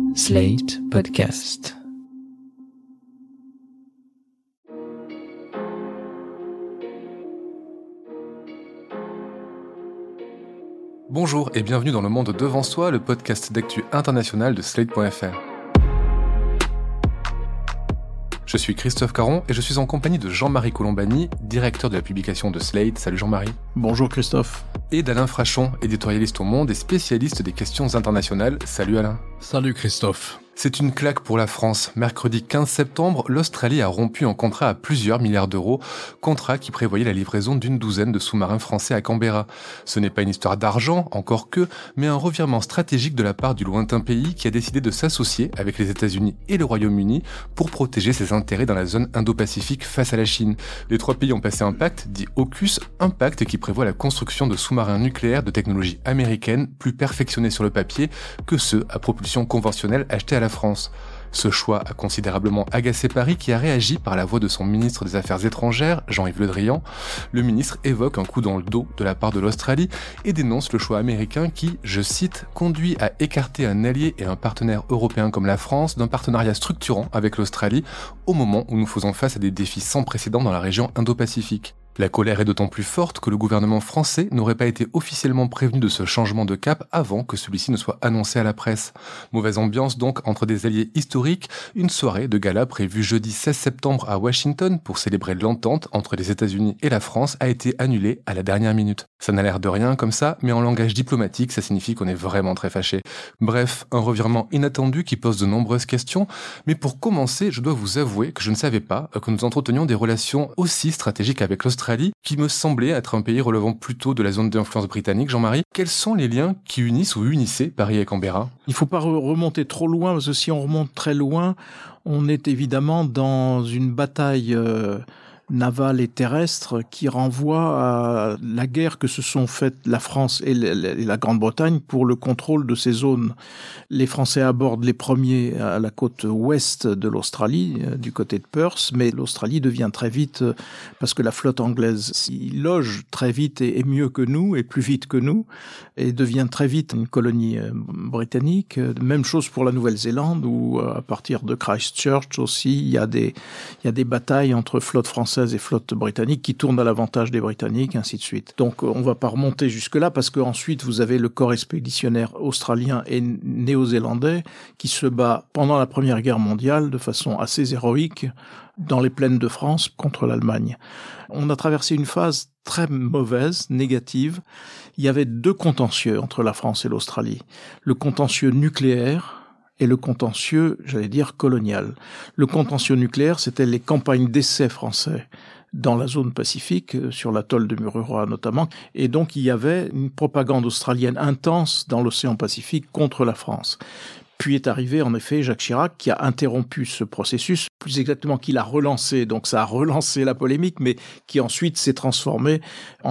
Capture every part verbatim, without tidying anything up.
Slate Podcast. Bonjour et bienvenue dans Le Monde Devant Soi, le podcast d'actu international de Slate point F R. Je suis Christophe Caron et je suis en compagnie de Jean-Marie Colombani, directeur de la publication de Slate. Salut Jean-Marie. Bonjour Christophe. Et d'Alain Frachon, éditorialiste au Monde et spécialiste des questions internationales. Salut Alain. Salut Christophe. C'est une claque pour la France. Mercredi quinze septembre, l'Australie a rompu un contrat à plusieurs milliards d'euros, contrat qui prévoyait la livraison d'une douzaine de sous-marins français à Canberra. Ce n'est pas une histoire d'argent, encore que, mais un revirement stratégique de la part du lointain pays qui a décidé de s'associer avec les États-Unis et le Royaume-Uni pour protéger ses intérêts dans la zone Indo-Pacifique face à la Chine. Les trois pays ont passé un pacte, dit AUKUS, un pacte qui prévoit la construction de sous-marins nucléaires de technologie américaine plus perfectionnés sur le papier que ceux à propulsion conventionnelle achetés à la France. Ce choix a considérablement agacé Paris qui a réagi par la voix de son ministre des Affaires étrangères, Jean-Yves Le Drian. Le ministre évoque un coup dans le dos de la part de l'Australie et dénonce le choix américain qui, je cite, conduit à écarter un allié et un partenaire européen comme la France d'un partenariat structurant avec l'Australie au moment où nous faisons face à des défis sans précédent dans la région Indo-Pacifique. La colère est d'autant plus forte que le gouvernement français n'aurait pas été officiellement prévenu de ce changement de cap avant que celui-ci ne soit annoncé à la presse. Mauvaise ambiance donc entre des alliés historiques, une soirée de gala prévue jeudi seize septembre à Washington pour célébrer l'entente entre les États-Unis et la France a été annulée à la dernière minute. Ça n'a l'air de rien comme ça, mais en langage diplomatique, ça signifie qu'on est vraiment très fâché. Bref, un revirement inattendu qui pose de nombreuses questions, mais pour commencer, je dois vous avouer que je ne savais pas que nous entretenions des relations aussi stratégiques avec l'Australie, qui me semblait être un pays relevant plutôt de la zone d'influence britannique. Jean-Marie, quels sont les liens qui unissent ou unissaient Paris et Canberra ? Il ne faut pas remonter trop loin, parce que si on remonte très loin, on est évidemment dans une bataille euh, navale et terrestre qui renvoie à la guerre que se sont faites la France et la Grande-Bretagne pour le contrôle de ces zones. Les Français abordent les premiers à la côte ouest de l'Australie, du côté de Perth, mais l'Australie devient très vite, parce que la flotte anglaise s'y loge très vite et mieux que nous, et plus vite que nous, et devient très vite une colonie britannique. Même chose pour la Nouvelle-Zélande, où à partir de Christchurch aussi, il y a des, il y a des batailles entre flotte française et flotte britannique qui tournent à l'avantage des Britanniques, ainsi de suite. Donc on ne va pas remonter jusque-là, parce qu'ensuite vous avez le corps expéditionnaire australien et néo-zélandais qui se bat pendant la Première Guerre mondiale de façon assez héroïque dans les plaines de France contre l'Allemagne. On a traversé une phase très mauvaise, négative. Il y avait deux contentieux entre la France et l'Australie. Le contentieux nucléaire et le contentieux, j'allais dire, colonial. Le contentieux nucléaire, c'était les campagnes d'essais français dans la zone pacifique, sur l'atoll de Mururoa notamment, et donc il y avait une propagande australienne intense dans l'océan Pacifique contre la France. Puis est arrivé, en effet, Jacques Chirac, qui a interrompu ce processus, plus exactement qu'il a relancé, donc ça a relancé la polémique, mais qui ensuite s'est transformé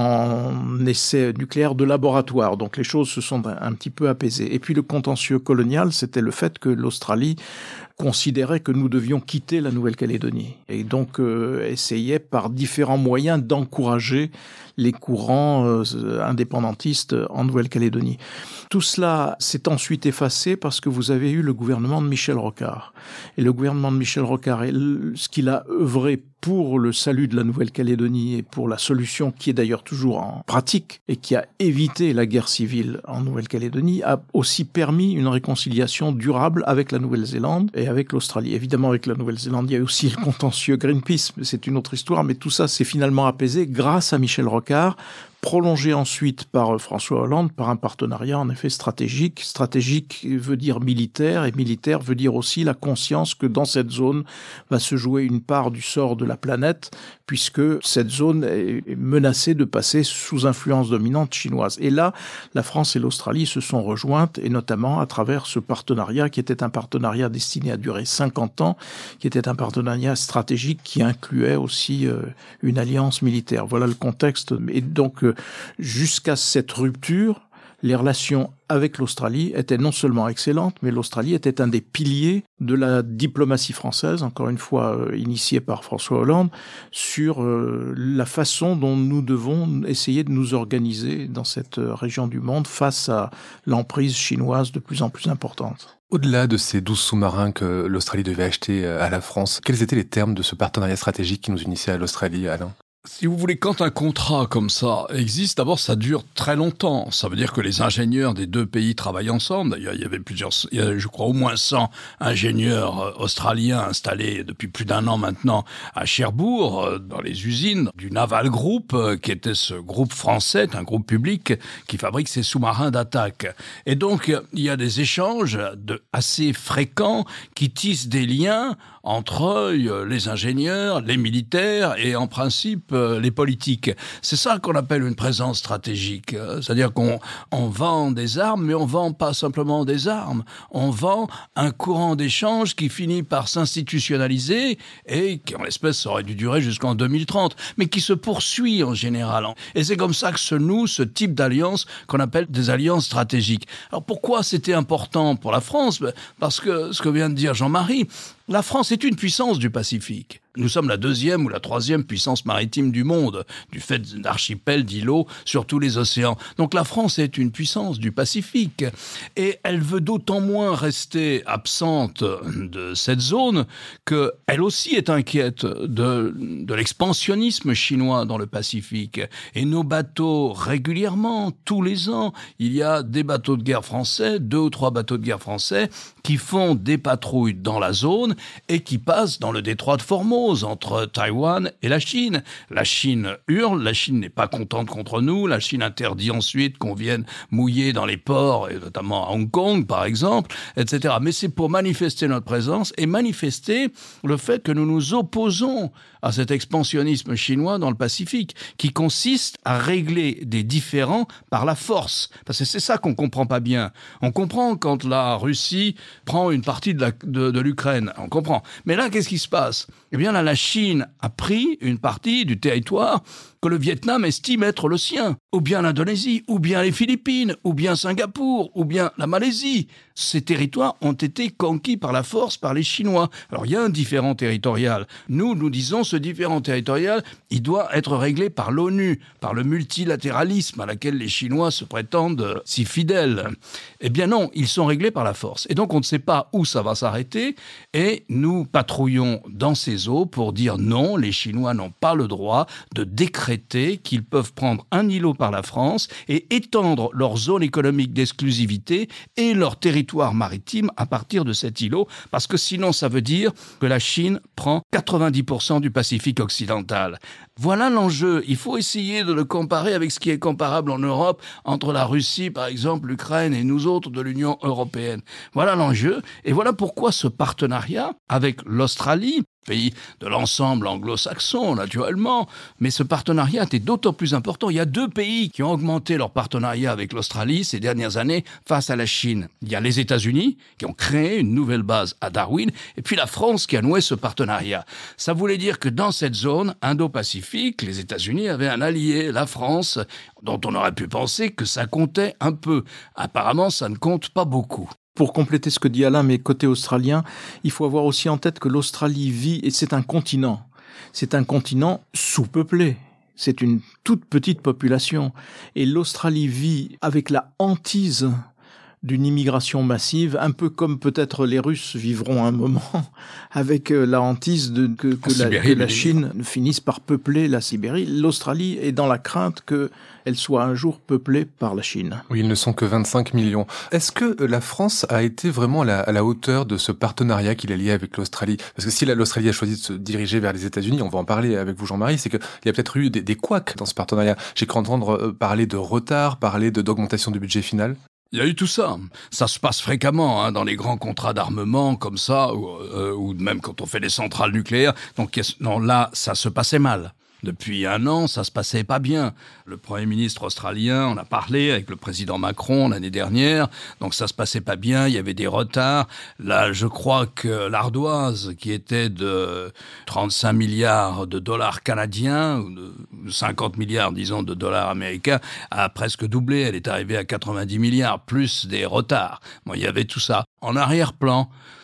en essai nucléaire de laboratoire. Donc les choses se sont un, un petit peu apaisées. Et puis le contentieux colonial, c'était le fait que l'Australie considérait que nous devions quitter la Nouvelle-Calédonie et donc euh, essayait par différents moyens d'encourager les courants euh, indépendantistes en Nouvelle-Calédonie. Tout cela s'est ensuite effacé parce que vous avez eu le gouvernement de Michel Rocard. Et le gouvernement de Michel Rocard, et le, ce qu'il a œuvré pour le salut de la Nouvelle-Calédonie et pour la solution qui est d'ailleurs toujours en pratique et qui a évité la guerre civile en Nouvelle-Calédonie, a aussi permis une réconciliation durable avec la Nouvelle-Zélande et avec l'Australie. Évidemment, avec la Nouvelle-Zélande, il y a aussi le contentieux Greenpeace, c'est une autre histoire, mais tout ça s'est finalement apaisé grâce à Michel Rocard, prolongé ensuite par François Hollande, par un partenariat en effet stratégique. Stratégique veut dire militaire, et militaire veut dire aussi la conscience que dans cette zone va se jouer une part du sort de la planète, puisque cette zone est menacée de passer sous influence dominante chinoise. Et là, la France et l'Australie se sont rejointes, et notamment à travers ce partenariat qui était un partenariat destiné à durer cinquante ans, qui était un partenariat stratégique qui incluait aussi euh, une alliance militaire. Voilà le contexte. Et donc, euh, jusqu'à cette rupture, les relations avec l'Australie étaient non seulement excellentes, mais l'Australie était un des piliers de la diplomatie française, encore une fois euh, initiée par François Hollande, sur euh, la façon dont nous devons essayer de nous organiser dans cette région du monde face à l'emprise chinoise de plus en plus importante. Au-delà de ces douze sous-marins que l'Australie devait acheter à la France, quels étaient les termes de ce partenariat stratégique qui nous unissait à l'Australie, Alain ? Si vous voulez, quand un contrat comme ça existe, d'abord ça dure très longtemps. Ça veut dire que les ingénieurs des deux pays travaillent ensemble. D'ailleurs, il y avait plusieurs, il y a, je crois au moins cent ingénieurs australiens installés depuis plus d'un an maintenant à Cherbourg, dans les usines du Naval Group, qui était ce groupe français, un groupe public qui fabrique ces sous-marins d'attaque. Et donc, il y a des échanges de, assez fréquents qui tissent des liens entre les ingénieurs, les militaires et en principe les politiques. C'est ça qu'on appelle une présence stratégique. C'est-à-dire qu'on on vend des armes, mais on vend pas simplement des armes. On vend un courant d'échange qui finit par s'institutionnaliser et qui, en l'espèce, aurait dû durer jusqu'en deux mille trente, mais qui se poursuit en général. Et c'est comme ça que se noue ce type d'alliance qu'on appelle des alliances stratégiques. Alors pourquoi c'était important pour la France ? Parce que ce que vient de dire Jean-Marie, la France est une puissance du Pacifique. Nous sommes la deuxième ou la troisième puissance maritime du monde, du fait d'archipels, d'îlots sur tous les océans. Donc la France est une puissance du Pacifique. Et elle veut d'autant moins rester absente de cette zone qu'elle aussi est inquiète de, de l'expansionnisme chinois dans le Pacifique. Et nos bateaux, régulièrement, tous les ans, il y a des bateaux de guerre français, deux ou trois bateaux de guerre français, qui font des patrouilles dans la zone et qui passent dans le détroit de Formose, entre Taïwan et la Chine. La Chine hurle, la Chine n'est pas contente contre nous, la Chine interdit ensuite qu'on vienne mouiller dans les ports, et notamment à Hong Kong par exemple, et cetera. Mais c'est pour manifester notre présence et manifester le fait que nous nous opposons à cet expansionnisme chinois dans le Pacifique, qui consiste à régler des différends par la force. Parce que c'est ça qu'on comprend pas bien. On comprend quand la Russie prend une partie de, la, de, de l'Ukraine, on comprend. Mais là, qu'est-ce qui se passe ? Eh bien là, la Chine a pris une partie du territoire que le Vietnam estime être le sien, ou bien l'Indonésie, ou bien les Philippines, ou bien Singapour, ou bien la Malaisie. Ces territoires ont été conquis par la force par les Chinois. Alors il y a un différend territorial. Nous, nous disons ce différend territorial, il doit être réglé par l'ONU, par le multilatéralisme à laquelle les Chinois se prétendent si fidèles. Eh bien non, ils sont réglés par la force. Et donc on ne sait pas où ça va s'arrêter, et nous patrouillons dans ces eaux pour dire non, les Chinois n'ont pas le droit de décréter qu'ils peuvent prendre un îlot par la France et étendre leur zone économique d'exclusivité et leur territoire maritime à partir de cet îlot, parce que sinon ça veut dire que la Chine prend quatre-vingt-dix pour cent du Pacifique occidental. Voilà l'enjeu. Il faut essayer de le comparer avec ce qui est comparable en Europe entre la Russie, par exemple, l'Ukraine et nous autres de l'Union européenne. Voilà l'enjeu. Et voilà pourquoi ce partenariat avec l'Australie, pays de l'ensemble anglo-saxon, naturellement, mais ce partenariat est d'autant plus important. Il y a deux pays qui ont augmenté leur partenariat avec l'Australie ces dernières années face à la Chine. Il y a les États-Unis qui ont créé une nouvelle base à Darwin, et puis la France qui a noué ce partenariat. Ça voulait dire que dans cette zone Indo-Pacifique, les États-Unis avaient un allié, la France, dont on aurait pu penser que ça comptait un peu. Apparemment, ça ne compte pas beaucoup. Pour compléter ce que dit Alain, mais côté australien, il faut avoir aussi en tête que l'Australie vit, et c'est un continent. C'est un continent sous-peuplé. C'est une toute petite population. Et l'Australie vit avec la hantise d'une immigration massive, un peu comme peut-être les Russes vivront un moment, avec la hantise de, que, que, la, Sibérie, que la Chine finisse par peupler la Sibérie. L'Australie est dans la crainte qu'elle soit un jour peuplée par la Chine. Oui, ils ne sont que vingt-cinq millions. Est-ce que la France a été vraiment à la, à la hauteur de ce partenariat qu'il a lié avec l'Australie ? Parce que si l'Australie a choisi de se diriger vers les États-Unis, on va en parler avec vous Jean-Marie, c'est qu'il y a peut-être eu des, des couacs dans ce partenariat. J'ai cru entendre parler de retard, parler de, d'augmentation du budget final. Il y a eu tout ça. Ça se passe fréquemment hein, dans les grands contrats d'armement comme ça, ou, euh, ou même quand on fait des centrales nucléaires. Donc non, là, ça se passait mal. Depuis un an, ça se passait pas bien. Le Premier ministre australien en a parlé avec le président Macron l'année dernière, donc ça se passait pas bien, il y avait des retards. Là, je crois que l'ardoise, qui était de trente-cinq milliards de dollars canadiens, ou de cinquante milliards, disons, de dollars américains, a presque doublé. Elle est arrivée à quatre-vingt-dix milliards, plus des retards. Bon, il y avait tout ça. En arrière-plan,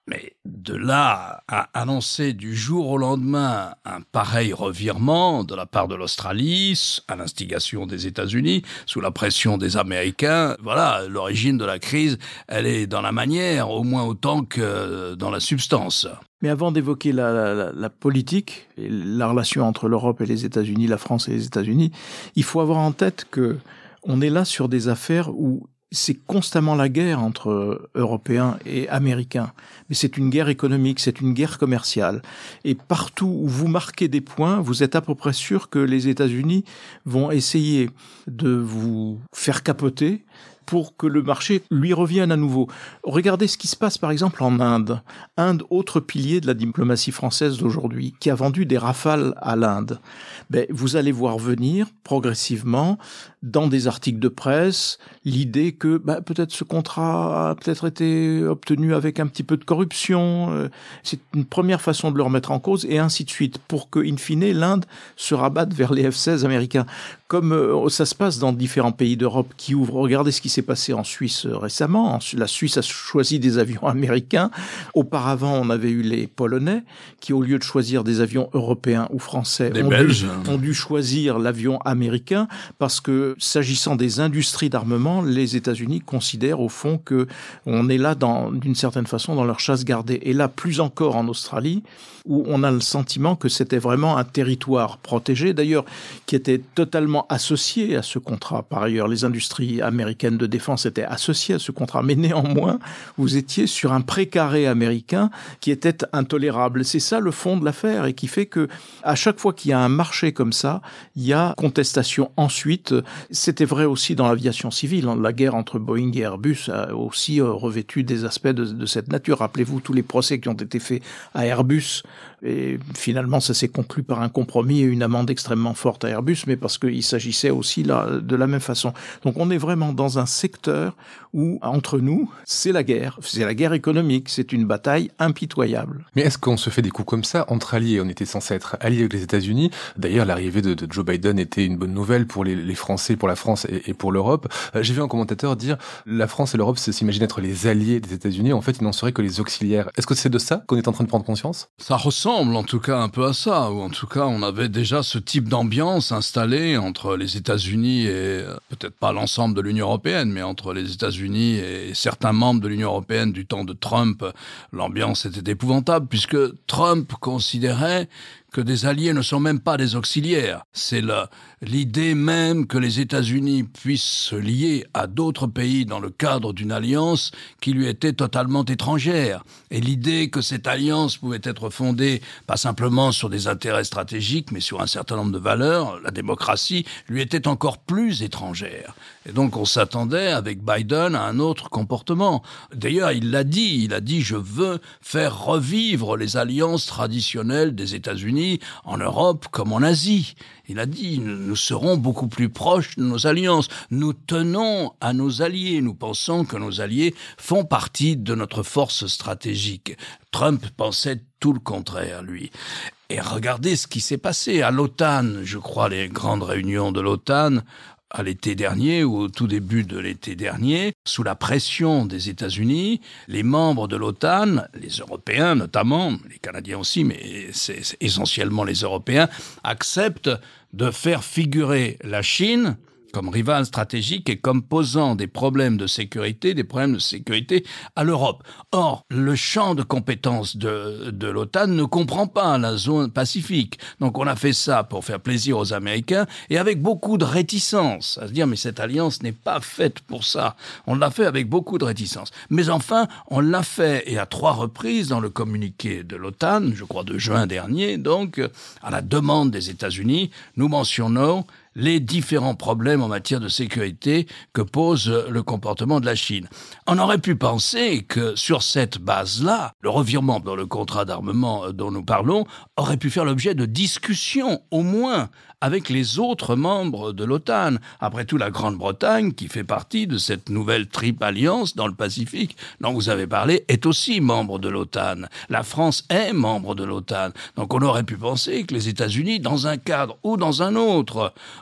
Mais de là à annoncer du jour au lendemain un pareil revirement de la part de l'Australie, à l'instigation des États-Unis, sous la pression des Américains, voilà, l'origine de la crise, elle est dans la manière, au moins autant que dans la substance. Mais avant d'évoquer la, la, la politique, et la relation entre l'Europe et les États-Unis, la France et les États-Unis, il faut avoir en tête que on est là sur des affaires où c'est constamment la guerre entre Européens et Américains. Mais c'est une guerre économique, c'est une guerre commerciale. Et partout où vous marquez des points, vous êtes à peu près sûr que les États-Unis vont essayer de vous faire capoter pour que le marché lui revienne à nouveau. Regardez ce qui se passe par exemple en Inde. Inde, autre pilier de la diplomatie française d'aujourd'hui, qui a vendu des Rafales à l'Inde. Ben, vous allez voir venir progressivement dans des articles de presse l'idée que ben, peut-être ce contrat a peut-être été obtenu avec un petit peu de corruption. C'est une première façon de le remettre en cause et ainsi de suite pour que, in fine, l'Inde se rabatte vers les F seize américains. Comme euh, ça se passe dans différents pays d'Europe qui ouvrent. Regardez ce qui s'est passé en Suisse euh, récemment. La Suisse a choisi des avions américains. Auparavant, on avait eu les Polonais qui, au lieu de choisir des avions européens ou français, des ont, Belges. Dû, ont dû choisir l'avion américain parce que, s'agissant des industries d'armement, les États-Unis considèrent au fond que on est là, dans, d'une certaine façon, dans leur chasse gardée. Et là, plus encore en Australie, où on a le sentiment que c'était vraiment un territoire protégé, d'ailleurs, qui était totalement associé à ce contrat. Par ailleurs, les industries américaines de défense étaient associées à ce contrat, mais néanmoins, vous étiez sur un précaré américain qui était intolérable. C'est ça le fond de l'affaire et qui fait que, à chaque fois qu'il y a un marché comme ça, il y a contestation ensuite. C'était vrai aussi dans l'aviation civile. La guerre entre Boeing et Airbus a aussi revêtu des aspects de, de cette nature. Rappelez-vous tous les procès qui ont été faits à Airbus. Et finalement, ça s'est conclu par un compromis et une amende extrêmement forte à Airbus, mais parce qu'il s'agissait aussi là, de la même façon. Donc on est vraiment dans un secteur où, entre nous, c'est la guerre. C'est la guerre économique. C'est une bataille impitoyable. Mais est-ce qu'on se fait des coups comme ça entre alliés? On était censé être alliés avec les États-Unis. D'ailleurs, l'arrivée de, de Joe Biden était une bonne nouvelle pour les, les Français, pour la France et, et pour l'Europe. Euh, j'ai vu un commentateur dire la France et l'Europe s'imaginent être les alliés des États-Unis. En fait, ils n'en seraient que les auxiliaires. Est-ce que c'est de ça qu'on est en train de prendre conscience? Ça ressemble en tout cas un peu à ça, ou en tout cas on avait déjà ce type d'ambiance installée entre les États-Unis et peut-être pas l'ensemble de l'Union européenne, mais entre les États-Unis et certains membres de l'Union européenne du temps de Trump. L'ambiance était épouvantable puisque Trump considérait que des alliés ne sont même pas des auxiliaires. C'est le, l'idée même que les États-Unis puissent se lier à d'autres pays dans le cadre d'une alliance qui lui était totalement étrangère. Et l'idée que cette alliance pouvait être fondée pas simplement sur des intérêts stratégiques, mais sur un certain nombre de valeurs, la démocratie, lui était encore plus étrangère. Et donc on s'attendait avec Biden à un autre comportement. D'ailleurs, il l'a dit, il a dit « je veux faire revivre les alliances traditionnelles des États-Unis en Europe comme en Asie ». Il a dit, nous serons beaucoup plus proches de nos alliances. Nous tenons à nos alliés. Nous pensons que nos alliés font partie de notre force stratégique. Trump pensait tout le contraire, lui. Et regardez ce qui s'est passé à l'OTAN. Je crois les grandes réunions de l'OTAN à l'été dernier ou au tout début de l'été dernier, sous la pression des États-Unis, les membres de l'OTAN, les Européens notamment, les Canadiens aussi, mais c'est, c'est essentiellement les Européens, acceptent de faire figurer la Chine comme rival stratégique et comme posant des problèmes de sécurité, des problèmes de sécurité à l'Europe. Or, le champ de compétences de, de l'OTAN ne comprend pas la zone pacifique. Donc on a fait ça pour faire plaisir aux Américains et avec beaucoup de réticence, à se dire mais cette alliance n'est pas faite pour ça. On l'a fait avec beaucoup de réticence. Mais enfin, on l'a fait et à trois reprises dans le communiqué de l'OTAN, je crois de juin dernier, donc à la demande des États-Unis, nous mentionnons les différents problèmes en matière de sécurité que pose le comportement de la Chine. On aurait pu penser que sur cette base-là, le revirement dans le contrat d'armement dont nous parlons aurait pu faire l'objet de discussions, au moins, avec les autres membres de l'OTAN. Après tout, la Grande-Bretagne, qui fait partie de cette nouvelle triple alliance dans le Pacifique dont vous avez parlé, est aussi membre de l'OTAN. La France est membre de l'OTAN. Donc on aurait pu penser que les États-Unis, dans un cadre ou dans un autre,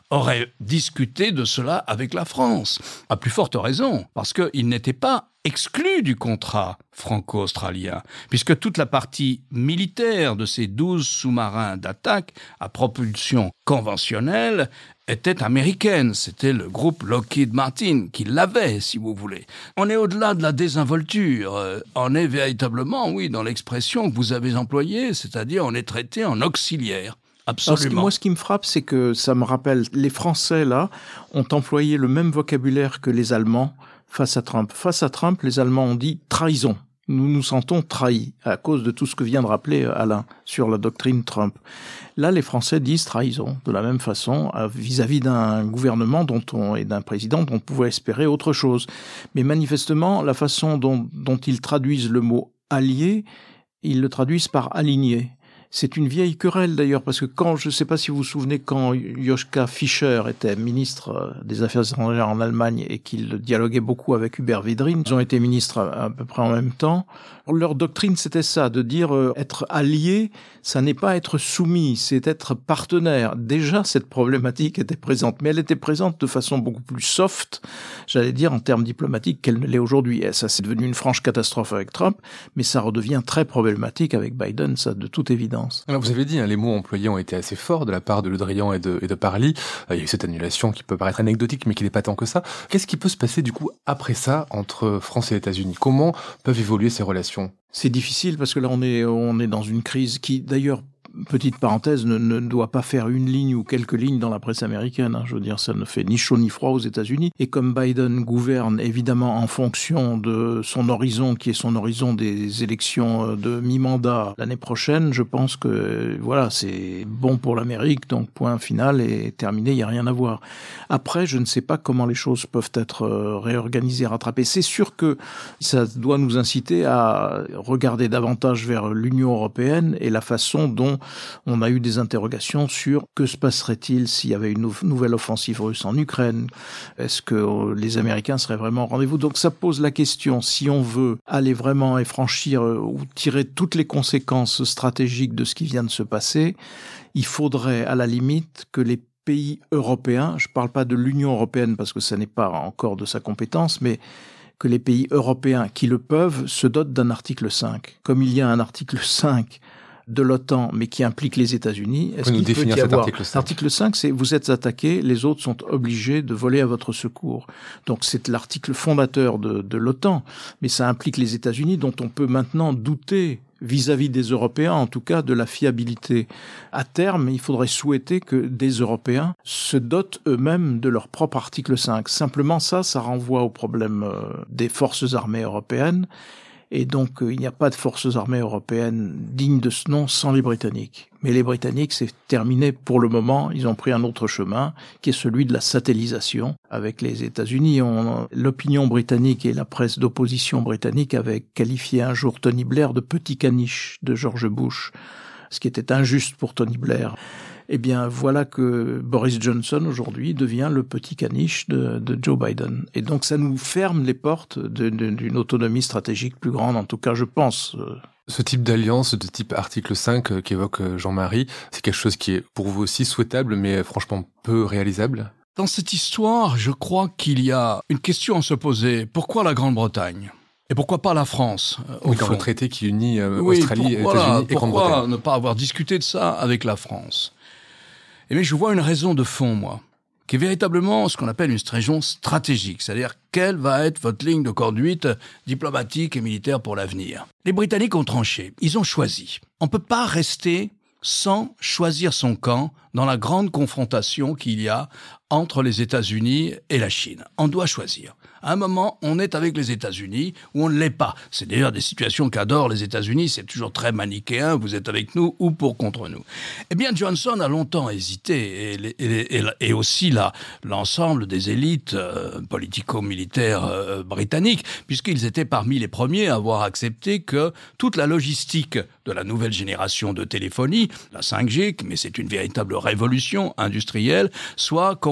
aurait discuté de cela avec la France. À plus forte raison, parce qu'il n'était pas exclu du contrat franco-australien, puisque toute la partie militaire de ces douze sous-marins d'attaque à propulsion conventionnelle était américaine. C'était le groupe Lockheed Martin qui l'avait, si vous voulez. On est au-delà de la désinvolture. On est véritablement, oui, dans l'expression que vous avez employée, c'est-à-dire on est traité en auxiliaire. Absolument. Parce que moi, ce qui me frappe, c'est que ça me rappelle, les Français, là, ont employé le même vocabulaire que les Allemands face à Trump. Face à Trump, les Allemands ont dit « trahison ». Nous nous sentons trahis à cause de tout ce que vient de rappeler Alain sur la doctrine Trump. Là, les Français disent trahison de la même façon vis-à-vis d'un gouvernement dont on, et d'un président dont on pouvait espérer autre chose. Mais manifestement, la façon dont, dont ils traduisent le mot « allié », ils le traduisent par « aligné ». C'est une vieille querelle d'ailleurs, parce que quand, je ne sais pas si vous vous souvenez, quand Joschka Fischer était ministre des Affaires étrangères en Allemagne et qu'il dialoguait beaucoup avec Hubert Védrine, ils ont été ministres à, à peu près en même temps. Leur doctrine, c'était ça, de dire euh, être allié, ça n'est pas être soumis, c'est être partenaire. Déjà, cette problématique était présente, mais elle était présente de façon beaucoup plus soft, j'allais dire en termes diplomatiques, qu'elle ne l'est aujourd'hui. Et ça, c'est devenu une franche catastrophe avec Trump, mais ça redevient très problématique avec Biden, ça, de toute évidence. Alors vous avez dit, hein, les mots employés ont été assez forts de la part de Le Drian et de, et de Parly. Euh, il y a eu cette annulation qui peut paraître anecdotique, mais qui n'est pas tant que ça. Qu'est-ce qui peut se passer du coup après ça entre France et États-Unis ? Comment peuvent évoluer ces relations ? C'est difficile parce que là on est on est dans une crise qui d'ailleurs, petite parenthèse, ne, ne doit pas faire une ligne ou quelques lignes dans la presse américaine. Hein. Je veux dire, ça ne fait ni chaud ni froid aux États-Unis. Et comme Biden gouverne évidemment en fonction de son horizon, qui est son horizon des élections de mi-mandat l'année prochaine, je pense que voilà, c'est bon pour l'Amérique. Donc point final et terminé, il n'y a rien à voir. Après, je ne sais pas comment les choses peuvent être réorganisées, rattrapées. C'est sûr que ça doit nous inciter à regarder davantage vers l'Union européenne et la façon dont on a eu des interrogations sur que se passerait-il s'il y avait une nouvelle offensive russe en Ukraine. Est-ce que les Américains seraient vraiment au rendez-vous ? Donc ça pose la question, si on veut aller vraiment et franchir ou tirer toutes les conséquences stratégiques de ce qui vient de se passer, il faudrait à la limite que les pays européens, je ne parle pas de l'Union européenne parce que ça n'est pas encore de sa compétence, mais que les pays européens qui le peuvent se dotent d'un article cinq. Comme il y a un article cinq de l'OTAN, mais qui implique les États-Unis, est-ce qu'il peut y avoir... Article cinq. L'article cinq, c'est vous êtes attaqué, les autres sont obligés de voler à votre secours. Donc c'est l'article fondateur de, de l'OTAN, mais ça implique les États-Unis, dont on peut maintenant douter vis-à-vis des Européens, en tout cas, de la fiabilité. À terme, il faudrait souhaiter que des Européens se dotent eux-mêmes de leur propre article cinq. Simplement ça, ça renvoie au problème euh, des forces armées européennes. Et donc, euh, il n'y a pas de forces armées européennes dignes de ce nom sans les Britanniques. Mais les Britanniques, c'est terminé pour le moment. Ils ont pris un autre chemin, qui est celui de la satellisation avec les États-Unis. On, l'opinion britannique et la presse d'opposition britannique avaient qualifié un jour Tony Blair de petit caniche de George Bush, ce qui était injuste pour Tony Blair. Eh bien, voilà que Boris Johnson, aujourd'hui, devient le petit caniche de, de Joe Biden. Et donc, ça nous ferme les portes de, de, d'une autonomie stratégique plus grande, en tout cas, je pense. Ce type d'alliance, de type article cinq qu'évoque Jean-Marie, c'est quelque chose qui est pour vous aussi souhaitable, mais franchement peu réalisable ? Dans cette histoire, je crois qu'il y a une question à se poser. Pourquoi la Grande-Bretagne ? Et pourquoi pas la France Oui, dans le traité qui unit euh, oui, Australie, pour, États-Unis voilà, et Grande-Bretagne. Pourquoi ne pas avoir discuté de ça avec la France ? Eh bien, je vois une raison de fond, moi, qui est véritablement ce qu'on appelle une raison stratégique, c'est-à-dire quelle va être votre ligne de conduite diplomatique et militaire pour l'avenir. Les Britanniques ont tranché, ils ont choisi. On ne peut pas rester sans choisir son camp dans la grande confrontation qu'il y a entre les États-Unis et la Chine. On doit choisir. À un moment, on est avec les États-Unis ou on ne l'est pas. C'est d'ailleurs des situations qu'adorent les États-Unis. C'est toujours très manichéen. Vous êtes avec nous ou pour contre nous. Eh bien, Johnson a longtemps hésité et, et, et, et aussi là, l'ensemble des élites euh, politico-militaires euh, britanniques, puisqu'ils étaient parmi les premiers à avoir accepté que toute la logistique de la nouvelle génération de téléphonie, la cinq G, mais c'est une véritable révolution industrielle, soit confiée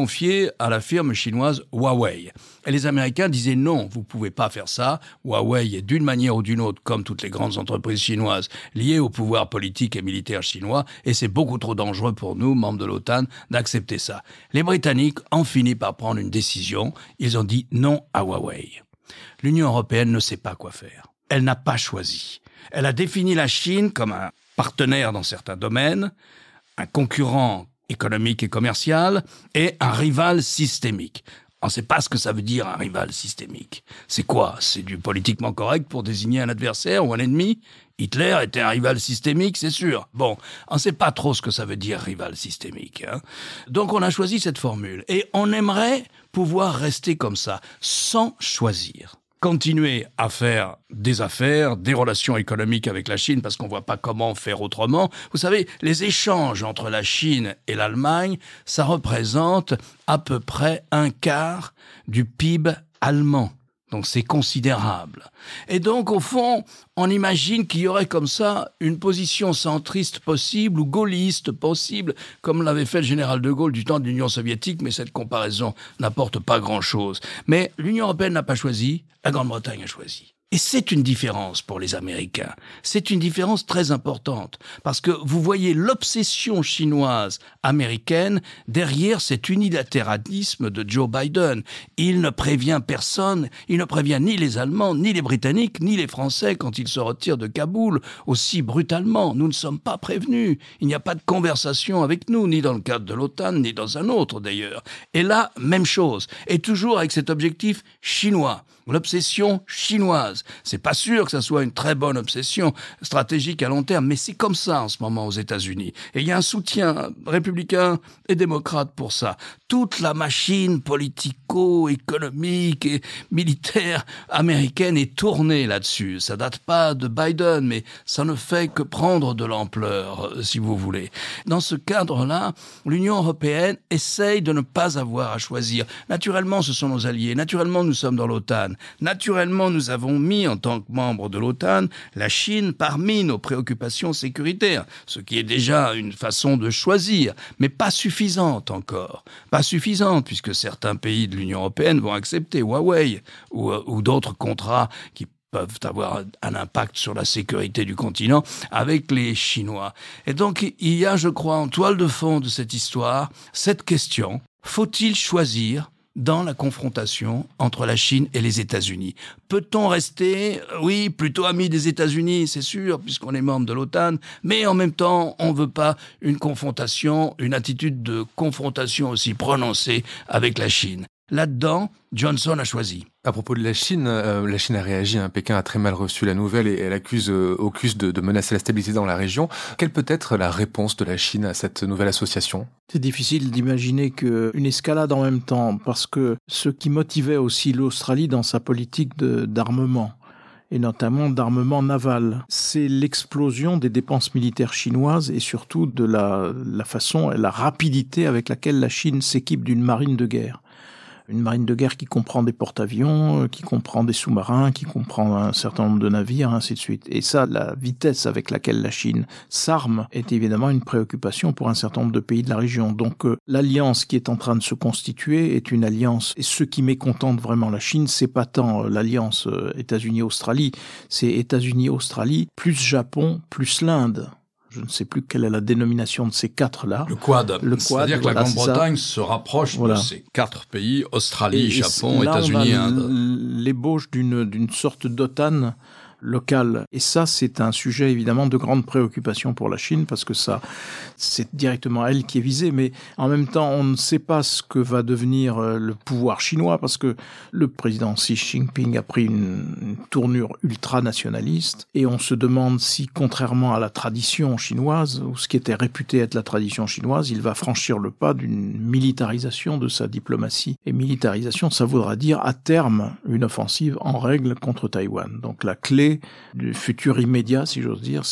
confié à la firme chinoise Huawei. Et les Américains disaient non, vous pouvez pas faire ça. Huawei est d'une manière ou d'une autre, comme toutes les grandes entreprises chinoises, liées au pouvoir politique et militaire chinois, et c'est beaucoup trop dangereux pour nous, membres de l'OTAN, d'accepter ça. Les Britanniques ont fini par prendre une décision. Ils ont dit non à Huawei. L'Union européenne ne sait pas quoi faire. Elle n'a pas choisi. Elle a défini la Chine comme un partenaire dans certains domaines, un concurrent économique et commercial, et un rival systémique. On ne sait pas ce que ça veut dire, un rival systémique. C'est quoi? C'est du politiquement correct pour désigner un adversaire ou un ennemi? Hitler était un rival systémique, c'est sûr. Bon, on ne sait pas trop ce que ça veut dire, rival systémique. Hein. Donc on a choisi cette formule. Et on aimerait pouvoir rester comme ça, sans choisir. Continuer à faire des affaires, des relations économiques avec la Chine, parce qu'on ne voit pas comment faire autrement. Vous savez, les échanges entre la Chine et l'Allemagne, ça représente à peu près un quart du P I B allemand. Donc c'est considérable. Et donc, au fond, on imagine qu'il y aurait comme ça une position centriste possible ou gaulliste possible, comme l'avait fait le général de Gaulle du temps de l'Union soviétique, mais cette comparaison n'apporte pas grand-chose. Mais l'Union européenne n'a pas choisi, la Grande-Bretagne a choisi. Et c'est une différence pour les Américains. C'est une différence très importante. Parce que vous voyez l'obsession chinoise américaine derrière cet unilatéralisme de Joe Biden. Il ne prévient personne. Il ne prévient ni les Allemands, ni les Britanniques, ni les Français quand ils se retirent de Kaboul aussi brutalement. Nous ne sommes pas prévenus. Il n'y a pas de conversation avec nous, ni dans le cadre de l'OTAN, ni dans un autre d'ailleurs. Et là, même chose. Et toujours avec cet objectif chinois. L'obsession chinoise. C'est pas sûr que ça soit une très bonne obsession stratégique à long terme, mais c'est comme ça en ce moment aux États-Unis. Et il y a un soutien républicain et démocrate pour ça. Toute la machine politico-économique et militaire américaine est tournée là-dessus. Ça date pas de Biden, mais ça ne fait que prendre de l'ampleur, si vous voulez. Dans ce cadre-là, l'Union européenne essaye de ne pas avoir à choisir. Naturellement, ce sont nos alliés. Naturellement, nous sommes dans l'OTAN. Naturellement, nous avons mis, en tant que membre de l'OTAN, la Chine parmi nos préoccupations sécuritaires, ce qui est déjà une façon de choisir, mais pas suffisante encore. Pas suffisante, puisque certains pays de l'Union européenne vont accepter Huawei ou, ou d'autres contrats qui peuvent avoir un impact sur la sécurité du continent avec les Chinois. Et donc, il y a, je crois, en toile de fond de cette histoire, cette question, faut-il choisir dans la confrontation entre la Chine et les États-Unis? Peut-on rester, oui, plutôt amis des États-Unis, c'est sûr, puisqu'on est membre de l'OTAN, mais en même temps, on ne veut pas une confrontation, une attitude de confrontation aussi prononcée avec la Chine. Là-dedans, Johnson a choisi. À propos de la Chine, euh, la Chine a réagi. Hein. Pékin a très mal reçu la nouvelle et elle accuse euh, AUKUS de, de menacer la stabilité dans la région. Quelle peut être la réponse de la Chine à cette nouvelle association? C'est difficile d'imaginer qu'une escalade en même temps, parce que ce qui motivait aussi l'Australie dans sa politique de, d'armement, et notamment d'armement naval, c'est l'explosion des dépenses militaires chinoises et surtout de la, la façon et la rapidité avec laquelle la Chine s'équipe d'une marine de guerre. Une marine de guerre qui comprend des porte-avions, qui comprend des sous-marins, qui comprend un certain nombre de navires, ainsi de suite. Et ça, la vitesse avec laquelle la Chine s'arme est évidemment une préoccupation pour un certain nombre de pays de la région. Donc euh, l'alliance qui est en train de se constituer est une alliance, et ce qui mécontente vraiment la Chine, c'est pas tant euh, l'alliance euh, États-Unis-Australie, c'est États-Unis-Australie plus Japon plus l'Inde. Je ne sais plus quelle est la dénomination de ces quatre-là. Le Quad. Le Quad, C'est-à-dire que voilà, la Grande-Bretagne se rapproche voilà. de ces quatre pays, Australie, et, Japon, et là, États-Unis, on a Inde. L'ébauche d'une, d'une sorte d'OTAN locale. Et ça, c'est un sujet évidemment de grande préoccupation pour la Chine, parce que ça, c'est directement elle qui est visée. Mais en même temps, on ne sait pas ce que va devenir le pouvoir chinois, parce que le président Xi Jinping a pris une, une tournure ultra-nationaliste, et on se demande si, contrairement à la tradition chinoise, ou ce qui était réputé être la tradition chinoise, il va franchir le pas d'une militarisation de sa diplomatie. Et militarisation, ça voudra dire, à terme, une offensive en règle contre Taïwan. Donc la clé du futur immédiat, si j'ose dire, c'est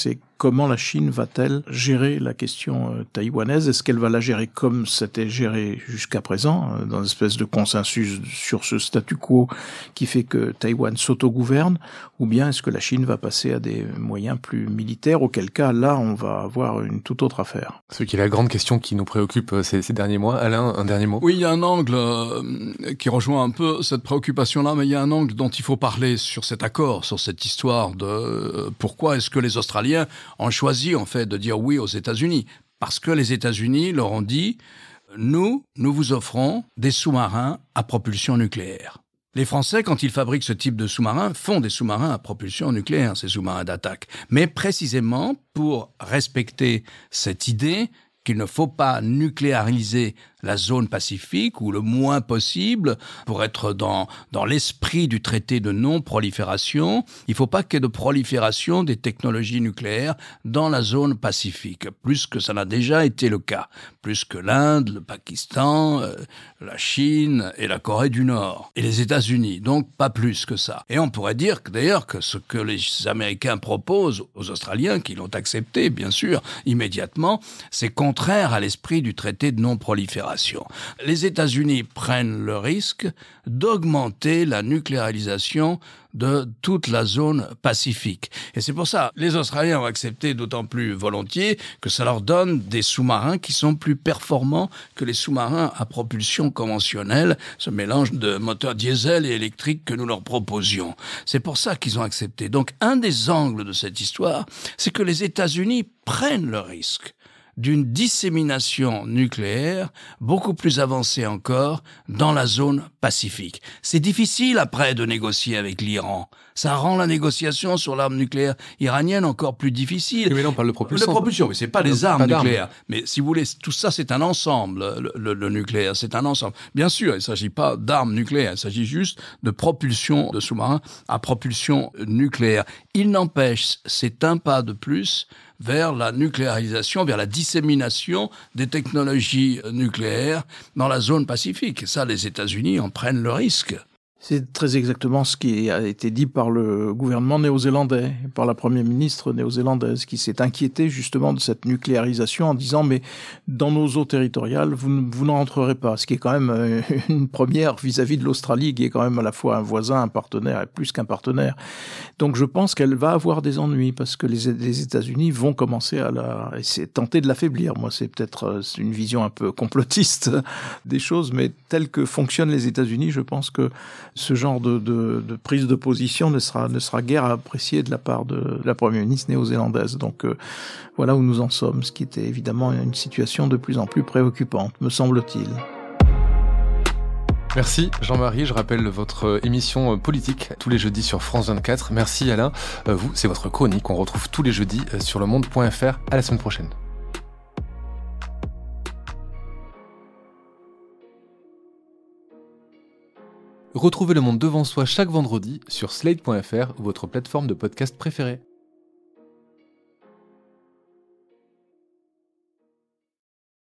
comment la Chine va-t-elle gérer la question euh, taïwanaise? Est-ce qu'elle va la gérer comme c'était géré jusqu'à présent, euh, dans une espèce de consensus sur ce statu quo qui fait que Taïwan s'autogouverne, ou bien est-ce que la Chine va passer à des moyens plus militaires, auquel cas, là, on va avoir une toute autre affaire? Ce qui est la grande question qui nous préoccupe ces, ces derniers mois. Alain, un dernier mot? Oui, il y a un angle euh, qui rejoint un peu cette préoccupation-là, mais il y a un angle dont il faut parler sur cet accord, sur cette histoire de euh, pourquoi est-ce que les Australiens ont choisi en fait de dire oui aux États-Unis. Parce que les États-Unis leur ont dit « Nous, nous vous offrons des sous-marins à propulsion nucléaire ». Les Français, quand ils fabriquent ce type de sous-marins, font des sous-marins à propulsion nucléaire, ces sous-marins d'attaque. Mais précisément pour respecter cette idée qu'il ne faut pas nucléariser la zone Pacifique, ou le moins possible, pour être dans, dans l'esprit du traité de non-prolifération. Il ne faut pas qu'il y ait de prolifération des technologies nucléaires dans la zone Pacifique, plus que ça n'a déjà été le cas, plus que l'Inde, le Pakistan, euh, la Chine et la Corée du Nord, et les États-Unis, donc pas plus que ça. Et on pourrait dire que d'ailleurs que ce que les Américains proposent aux Australiens, qui l'ont accepté, bien sûr, immédiatement, c'est contraire à l'esprit du traité de non-prolifération. Les États-Unis prennent le risque d'augmenter la nucléarisation de toute la zone Pacifique. Et c'est pour ça, les Australiens ont accepté d'autant plus volontiers que ça leur donne des sous-marins qui sont plus performants que les sous-marins à propulsion conventionnelle, ce mélange de moteurs diesel et électriques que nous leur proposions. C'est pour ça qu'ils ont accepté. Donc, un des angles de cette histoire, c'est que les États-Unis prennent le risque d'une dissémination nucléaire beaucoup plus avancée encore dans la zone Pacifique. C'est difficile après de négocier avec l'Iran. Ça rend la négociation sur l'arme nucléaire iranienne encore plus difficile. Mais là, on parle de propulsion. De propulsion, mais c'est pas les armes pas nucléaires. Mais si vous voulez, tout ça, c'est un ensemble. Le, le, le nucléaire, c'est un ensemble. Bien sûr, il ne s'agit pas d'armes nucléaires. Il s'agit juste de propulsion de sous-marins à propulsion nucléaire. Il n'empêche, c'est un pas de plus vers la nucléarisation, vers la dissémination des technologies nucléaires dans la zone Pacifique. Et ça, les États-Unis en prennent le risque. C'est très exactement ce qui a été dit par le gouvernement néo-zélandais, par la première ministre néo-zélandaise, qui s'est inquiétée justement de cette nucléarisation en disant « mais dans nos eaux territoriales, vous, vous n'en rentrerez pas », ce qui est quand même une première vis-à-vis de l'Australie, qui est quand même à la fois un voisin, un partenaire, et plus qu'un partenaire. Donc je pense qu'elle va avoir des ennuis, parce que les, les États-Unis vont commencer à la, essayer, tenter de l'affaiblir. Moi, c'est peut-être une vision un peu complotiste des choses, mais telles que fonctionnent les États-Unis, je pense que ce genre de, de, de prise de position ne sera, ne sera guère apprécié de la part de, de la première ministre néo-zélandaise. Donc euh, voilà où nous en sommes, ce qui était évidemment une situation de plus en plus préoccupante, me semble-t-il. Merci Jean-Marie, je rappelle votre émission politique tous les jeudis sur France vingt-quatre. Merci Alain, vous, c'est votre chronique, on retrouve tous les jeudis sur le monde point f r. À la semaine prochaine. Retrouvez Le Monde devant soi chaque vendredi sur slate point f r ou votre plateforme de podcast préférée.